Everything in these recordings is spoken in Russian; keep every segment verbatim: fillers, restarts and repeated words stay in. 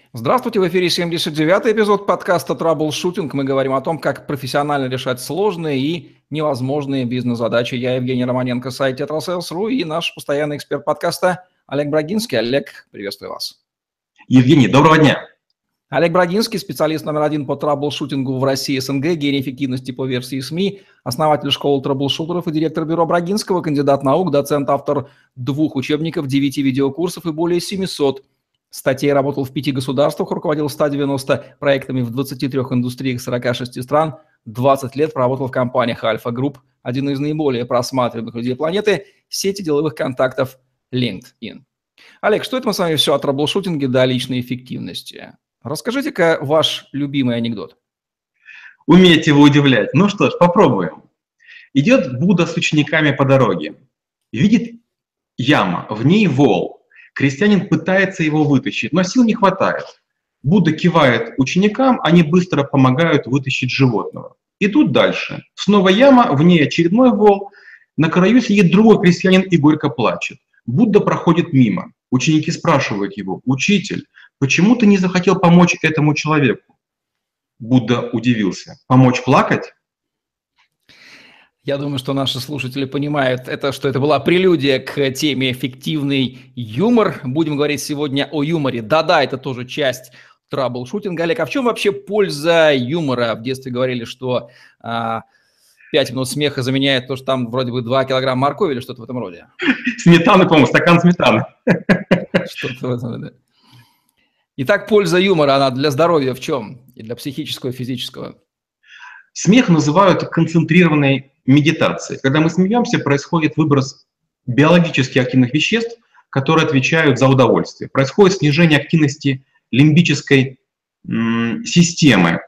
Здравствуйте, в эфире семьдесят девятый эпизод подкаста «Траблшутинг». Мы говорим о том, как профессионально решать сложные и невозможные бизнес-задачи. Я Евгений Романенко, сайт тетрасэлс точка ру, и наш постоянный эксперт подкаста Олег Брагинский. Олег, приветствую вас. Евгений, доброго дня. Олег Брагинский, специалист номер один по траблшутингу в России и СНГ, гений эффективности по версии СМИ, основатель школы траблшутеров и директор бюро Брагинского, кандидат наук, доцент, автор двух учебников, девяти видеокурсов и более семисот статей, работал в пяти государствах, руководил ста девяноста проектами в двадцати трёх индустриях сорока шести стран, двадцать лет проработал в компаниях Альфа Групп, один из наиболее просматриваемых людей планеты, сети деловых контактов LinkedIn. Олег, что это мы с вами все о траблшутинге до личной эффективности? Расскажите-ка ваш любимый анекдот. Умеете вы удивлять. Ну что ж, попробуем. Идет Будда с учениками по дороге. Видит яма, в ней вол. Крестьянин пытается его вытащить, но сил не хватает. Будда кивает ученикам, они быстро помогают вытащить животного. Идут дальше. Снова яма, в ней очередной вол. На краю сидит другой крестьянин и горько плачет. Будда проходит мимо. Ученики спрашивают его: «Учитель, почему ты не захотел помочь этому человеку?» Будда удивился. «Помочь плакать?» Я думаю, что наши слушатели понимают, это, что это была прелюдия к теме «Эффективный юмор». Будем говорить сегодня о юморе. Да-да, это тоже часть траблшутинга. Олег, а в чем вообще польза юмора? В детстве говорили, что а, пять минут смеха заменяет то, что там вроде бы два килограмма моркови или что-то в этом роде. Сметаны, по-моему, стакан сметаны. Что-то в этом роде. Итак, польза юмора, она для здоровья в чем? И для психического, и физического? Смех называют концентрированной медитацией. Когда мы смеемся, происходит выброс биологически активных веществ, которые отвечают за удовольствие. Происходит снижение активности лимбической м, системы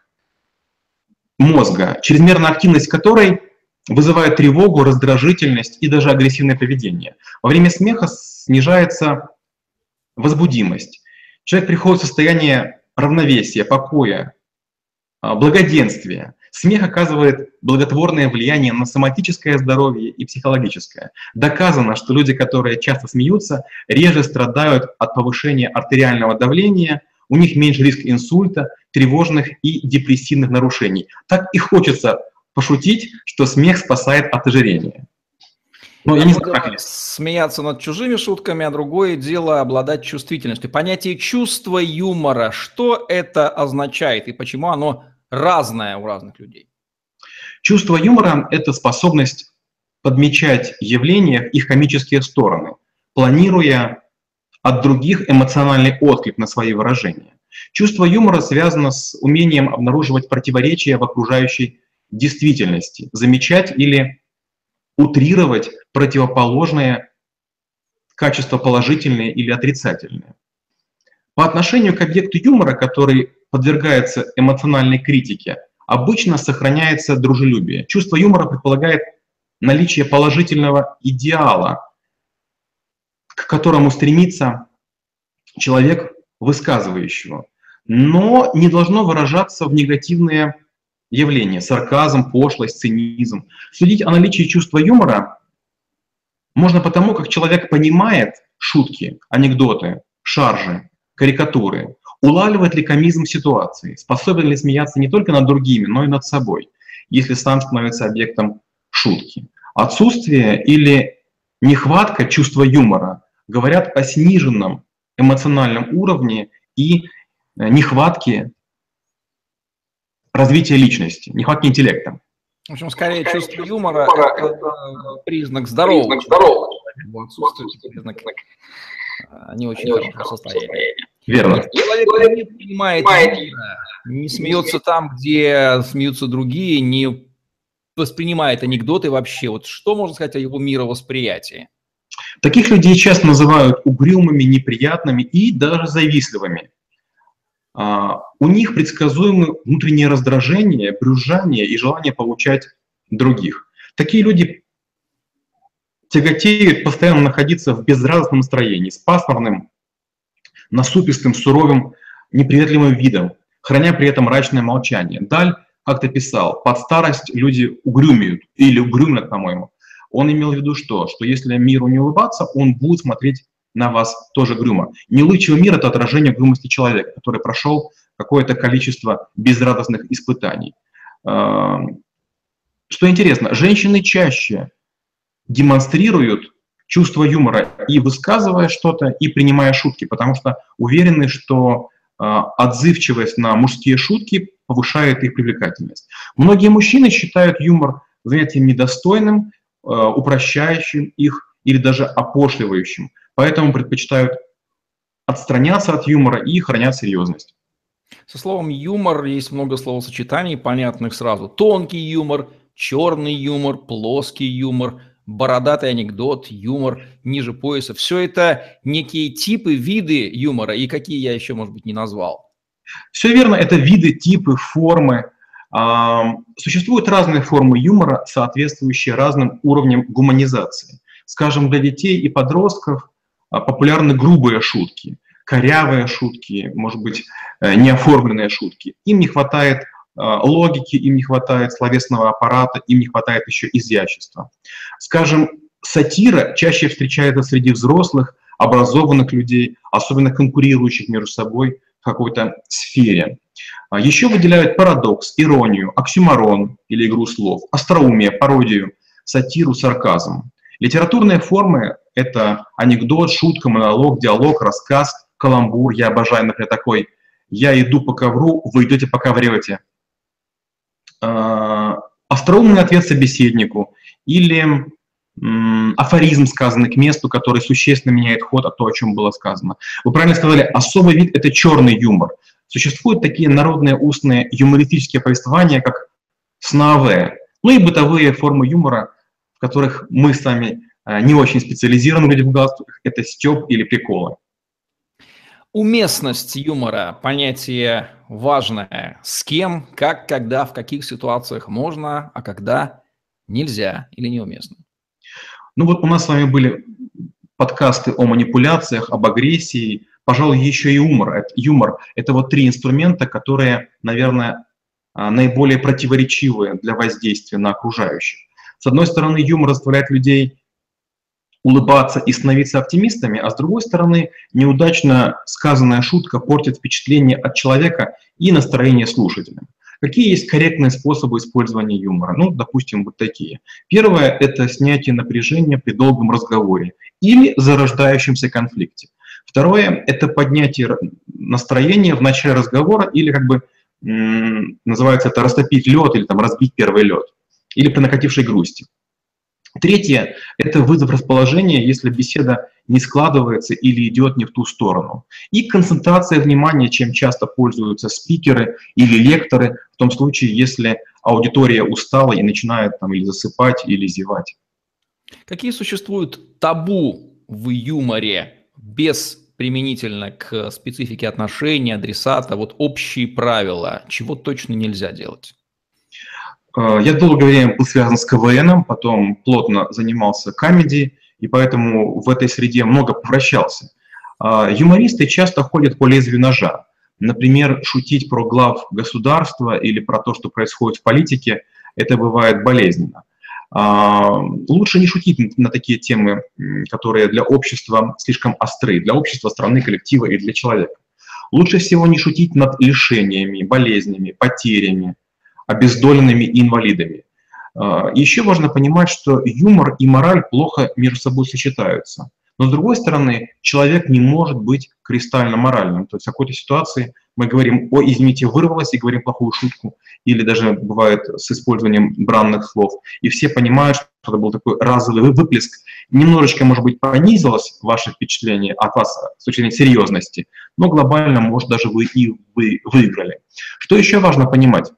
мозга, чрезмерная активность которой вызывает тревогу, раздражительность и даже агрессивное поведение. Во время смеха снижается возбудимость. Человек приходит в состояние равновесия, покоя, благоденствия. Смех оказывает благотворное влияние на соматическое здоровье и психологическое. Доказано, что люди, которые часто смеются, реже страдают от повышения артериального давления, у них меньше риск инсульта, тревожных и депрессивных нарушений. Так и хочется пошутить, что смех спасает от ожирения. Но я не знаю, как смеяться над чужими шутками, а другое дело обладать чувствительностью. Понятие чувства юмора, что это означает и почему оно разное у разных людей? Чувство юмора – это способность подмечать явления в их комические стороны, планируя от других эмоциональный отклик на свои выражения. Чувство юмора связано с умением обнаруживать противоречия в окружающей действительности, замечать или утрировать противоположные качества, положительные или отрицательные. По отношению к объекту юмора, который подвергается эмоциональной критике, обычно сохраняется дружелюбие. Чувство юмора предполагает наличие положительного идеала, к которому стремится человек, высказывающего, но не должно выражаться в негативные явления: сарказм, пошлость, цинизм. Судить о наличии чувства юмора можно потому, как человек понимает шутки, анекдоты, шаржи, карикатуры, улавливает ли комизм ситуации, способен ли смеяться не только над другими, но и над собой, если сам становится объектом шутки. Отсутствие или нехватка чувства юмора говорят о сниженном эмоциональном уровне и нехватке развития личности, нехватке интеллекта. В общем, скорее, чувство юмора – это признак здорового. Его отсутствие – признак не очень хорошего состояния. Верно. Человек не понимает юмора, не смеется там, где смеются другие, не воспринимает анекдоты вообще. Вот что можно сказать о его мировосприятии? Таких людей часто называют угрюмыми, неприятными и даже завистливыми. Uh, у них предсказуемы внутреннее раздражение, брюзжание и желание получать других. Такие люди тяготеют постоянно находиться в безрадостном настроении, с пасмурным, насупистым, суровым, неприветливым видом, храня при этом мрачное молчание. Даль как-то писал: под старость люди угрюмеют, или угрюмят, по-моему. Он имел в виду что? Что если миру не улыбаться, он будет смотреть на вас тоже угрюмо. Неулыбчивый мир – это отражение угрюмости человека, который прошел какое-то количество безрадостных испытаний. Что интересно, женщины чаще демонстрируют чувство юмора и высказывая что-то, и принимая шутки, потому что уверены, что отзывчивость на мужские шутки повышает их привлекательность. Многие мужчины считают юмор занятием недостойным, упрощающим их или даже опошливающим, поэтому предпочитают отстраняться от юмора и хранят серьезность. Со словом юмор есть много словосочетаний, понятных сразу. Тонкий юмор, черный юмор, плоский юмор, бородатый анекдот, юмор ниже пояса. Все это некие типы, виды юмора, и какие я еще, может быть, не назвал. Все верно, это виды, типы, формы. Существуют разные формы юмора, соответствующие разным уровням гуманизации. Скажем, для детей и подростков популярны грубые шутки, корявые шутки, может быть, неоформленные шутки. Им не хватает логики, им не хватает словесного аппарата, им не хватает еще изящества. Скажем, сатира чаще встречается среди взрослых, образованных людей, особенно конкурирующих между собой в какой-то сфере. Еще выделяют парадокс, иронию, оксюморон или игру слов, остроумие, пародию, сатиру, сарказм. Литературные формы — это анекдот, шутка, монолог, диалог, рассказ, каламбур. Я обожаю, например, такой: «Я иду по ковру, вы идете по коврете». Остроумный ответ собеседнику или афоризм, сказанный к месту, который существенно меняет ход от того, о чем было сказано. Вы правильно сказали, особый вид — это черный юмор. Существуют такие народные устные юмористические повествования, как сновые, ну и бытовые формы юмора, в которых мы сами не очень специализированы, люди в галстуках, это стёб или приколы. Уместность юмора – понятие важное. С кем, как, когда, в каких ситуациях можно, а когда нельзя или неуместно. Ну вот у нас с вами были подкасты о манипуляциях, об агрессии, пожалуй, еще и юмор. Юмор – это вот три инструмента, которые, наверное, наиболее противоречивые для воздействия на окружающих. С одной стороны, юмор заставляет людей улыбаться и становиться оптимистами, а с другой стороны, неудачно сказанная шутка портит впечатление от человека и настроение слушателя. Какие есть корректные способы использования юмора? Ну, допустим, вот такие. Первое – это снятие напряжения при долгом разговоре или зарождающемся конфликте. Второе – это поднятие настроения в начале разговора или, как бы, называется это, растопить лед или там, разбить первый лед, или при накатившей грусти. Третье – это вызов расположения, если беседа не складывается или идет не в ту сторону. И концентрация внимания, чем часто пользуются спикеры или лекторы, в том случае, если аудитория устала и начинает там или засыпать, или зевать. Какие существуют табу в юморе, без применительно к специфике отношений, адресата, вот общие правила, чего точно нельзя делать? Я долгое время был связан с КВНом, потом плотно занимался комедией, и поэтому в этой среде много повращался. Юмористы часто ходят по лезвию ножа. Например, шутить про глав государства или про то, что происходит в политике, это бывает болезненно. Лучше не шутить на такие темы, которые для общества слишком остры, для общества, страны, коллектива и для человека. Лучше всего не шутить над лишениями, болезнями, потерями, обездоленными и инвалидами. Еще важно понимать, что юмор и мораль плохо между собой сочетаются. Но с другой стороны, человек не может быть кристально моральным. То есть в какой-то ситуации мы говорим: «Ой, извините, вырвалось», и говорим плохую шутку, или даже бывает с использованием бранных слов. И все понимают, что это был такой разовый выплеск. Немножечко, может быть, понизилось ваше впечатление от вас с точки зрения серьезности, но глобально, может, даже вы и вы выиграли. Что еще важно понимать?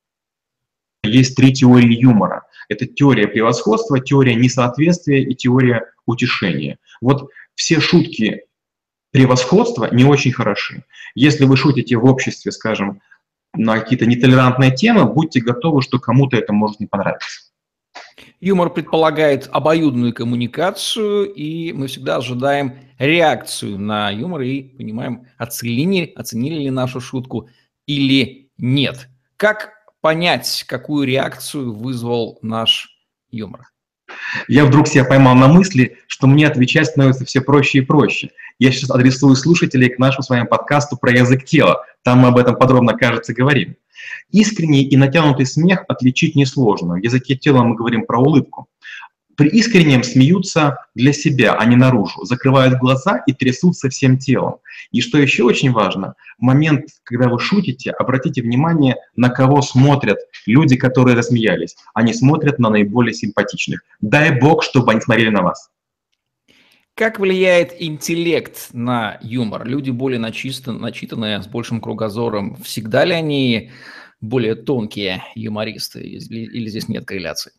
Есть три теории юмора. Это теория превосходства, теория несоответствия и теория утешения. Вот все шутки превосходства не очень хороши. Если вы шутите в обществе, скажем, на какие-то нетолерантные темы, будьте готовы, что кому-то это может не понравиться. Юмор предполагает обоюдную коммуникацию, и мы всегда ожидаем реакцию на юмор и понимаем, оценили, оценили ли нашу шутку или нет. Как понять, какую реакцию вызвал наш юмор? Я вдруг себя поймал на мысли, что мне отвечать становится все проще и проще. Я сейчас адресую слушателей к нашему с вами подкасту про язык тела. Там мы об этом подробно, кажется, говорим. Искренний и натянутый смех отличить несложно. В языке тела мы говорим про улыбку. При искреннем смеются для себя, а не наружу, закрывают глаза и трясутся всем телом. И что еще очень важно, в момент, когда вы шутите, обратите внимание, на кого смотрят люди, которые рассмеялись. Они смотрят на наиболее симпатичных. Дай бог, чтобы они смотрели на вас. Как влияет интеллект на юмор? Люди более начитан- начитанные, с большим кругозором. Всегда ли они более тонкие юмористы? Или, или здесь нет корреляции?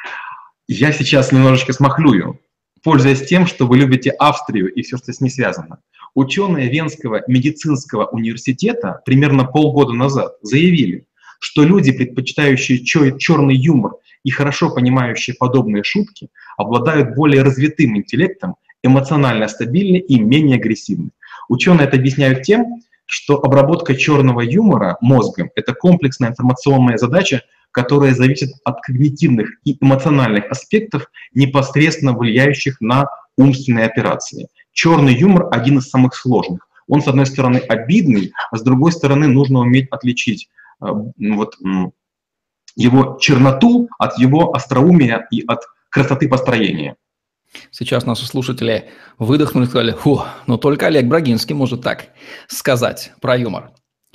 Я сейчас немножечко смахлюю, пользуясь тем, что вы любите Австрию и все, что с ней связано. Ученые Венского медицинского университета примерно полгода назад заявили, что люди, предпочитающие черный юмор и хорошо понимающие подобные шутки, обладают более развитым интеллектом, эмоционально стабильны и менее агрессивны. Ученые это объясняют тем, что обработка черного юмора мозгом – это комплексная информационная задача, которая зависит от когнитивных и эмоциональных аспектов, непосредственно влияющих на умственные операции. Черный юмор один из самых сложных. Он, с одной стороны, обидный, а с другой стороны, нужно уметь отличить э, вот, э, его черноту от его остроумия и от красоты построения. Сейчас наши слушатели выдохнули и сказали: фу, но только Олег Брагинский может так сказать про юмор.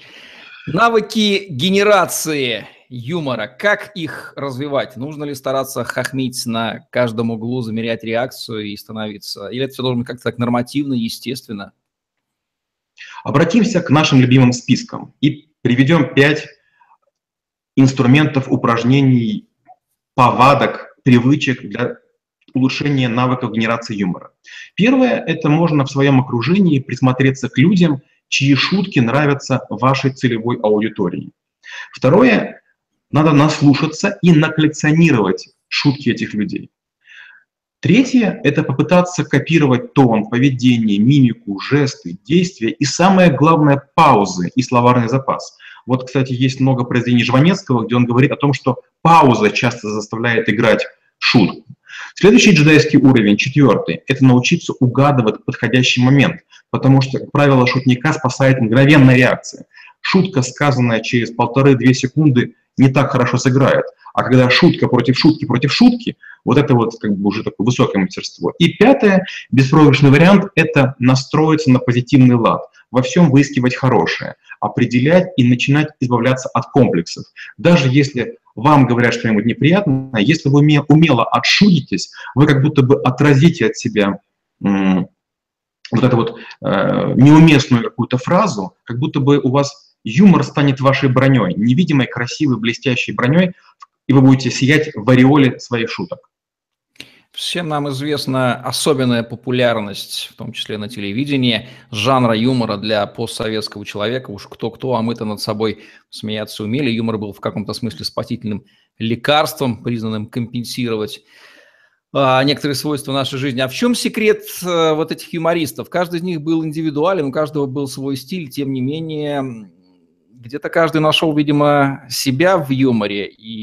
Навыки генерации юмора. Как их развивать? Нужно ли стараться хохмить на каждом углу, замерять реакцию и становиться? Или это все должно быть как-то так нормативно, естественно? Обратимся к нашим любимым спискам и приведем пять инструментов, упражнений, повадок, привычек для улучшения навыков генерации юмора. Первое – это можно в своем окружении присмотреться к людям, чьи шутки нравятся вашей целевой аудитории. Второе – надо наслушаться и наколлекционировать шутки этих людей. Третье – это попытаться копировать тон, поведение, мимику, жесты, действия и, самое главное, паузы и словарный запас. Вот, кстати, есть много произведений Жванецкого, где он говорит о том, что пауза часто заставляет играть шутку. Следующий джедайский уровень, четвертый, это научиться угадывать подходящий момент, потому что, как правило, шутника спасает мгновенная реакция. Шутка, сказанная через полторы-две секунды, не так хорошо сыграет. А когда шутка против шутки против шутки, вот это вот как бы уже такое высокое мастерство. И пятое, беспроигрышный вариант, это настроиться на позитивный лад, во всем выискивать хорошее, определять и начинать избавляться от комплексов. Даже если вам говорят что-нибудь неприятное, если вы умело отшутитесь, вы как будто бы отразите от себя м- вот эту вот э, неуместную какую-то фразу, как будто бы у вас юмор станет вашей броней, невидимой, красивой, блестящей броней, и вы будете сиять в ореоле своих шуток. Всем нам известна особенная популярность, в том числе на телевидении, жанра юмора для постсоветского человека. Уж кто-кто, а мы-то над собой смеяться умели. Юмор был в каком-то смысле спасительным лекарством, признанным компенсировать а, некоторые свойства нашей жизни. А в чем секрет а, вот этих юмористов? Каждый из них был индивидуален, у каждого был свой стиль, тем не менее, где-то каждый нашел, видимо, себя в юморе. И